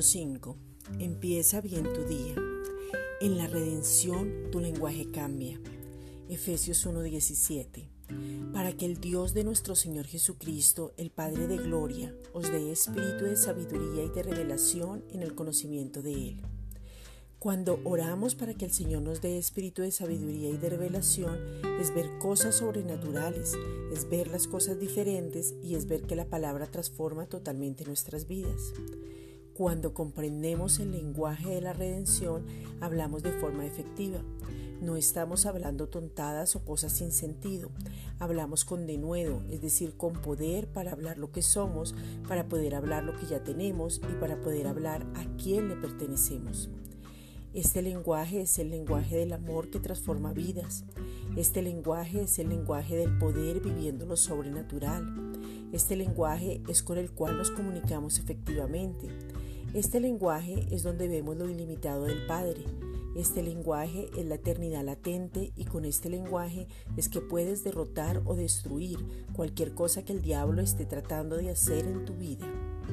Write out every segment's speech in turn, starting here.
5. Empieza bien tu día. En la redención tu lenguaje cambia. Efesios 1:17. Para que el Dios de nuestro Señor Jesucristo, el Padre de Gloria, os dé espíritu de sabiduría y de revelación en el conocimiento de Él. Cuando oramos para que el Señor nos dé espíritu de sabiduría y de revelación, es ver cosas sobrenaturales, es ver las cosas diferentes y es ver que la palabra transforma totalmente nuestras vidas. Cuando comprendemos el lenguaje de la redención, hablamos de forma efectiva. No estamos hablando tontadas o cosas sin sentido. Hablamos con denuedo, es decir, con poder para hablar lo que somos, para poder hablar lo que ya tenemos y para poder hablar a quién le pertenecemos. Este lenguaje es el lenguaje del amor que transforma vidas. Este lenguaje es el lenguaje del poder viviendo lo sobrenatural. Este lenguaje es con el cual nos comunicamos efectivamente. Este lenguaje es donde vemos lo ilimitado del Padre. Este lenguaje es la eternidad latente y con este lenguaje es que puedes derrotar o destruir cualquier cosa que el diablo esté tratando de hacer en tu vida.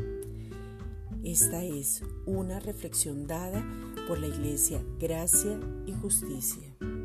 Esta es una reflexión dada por la Iglesia Gracia y Justicia.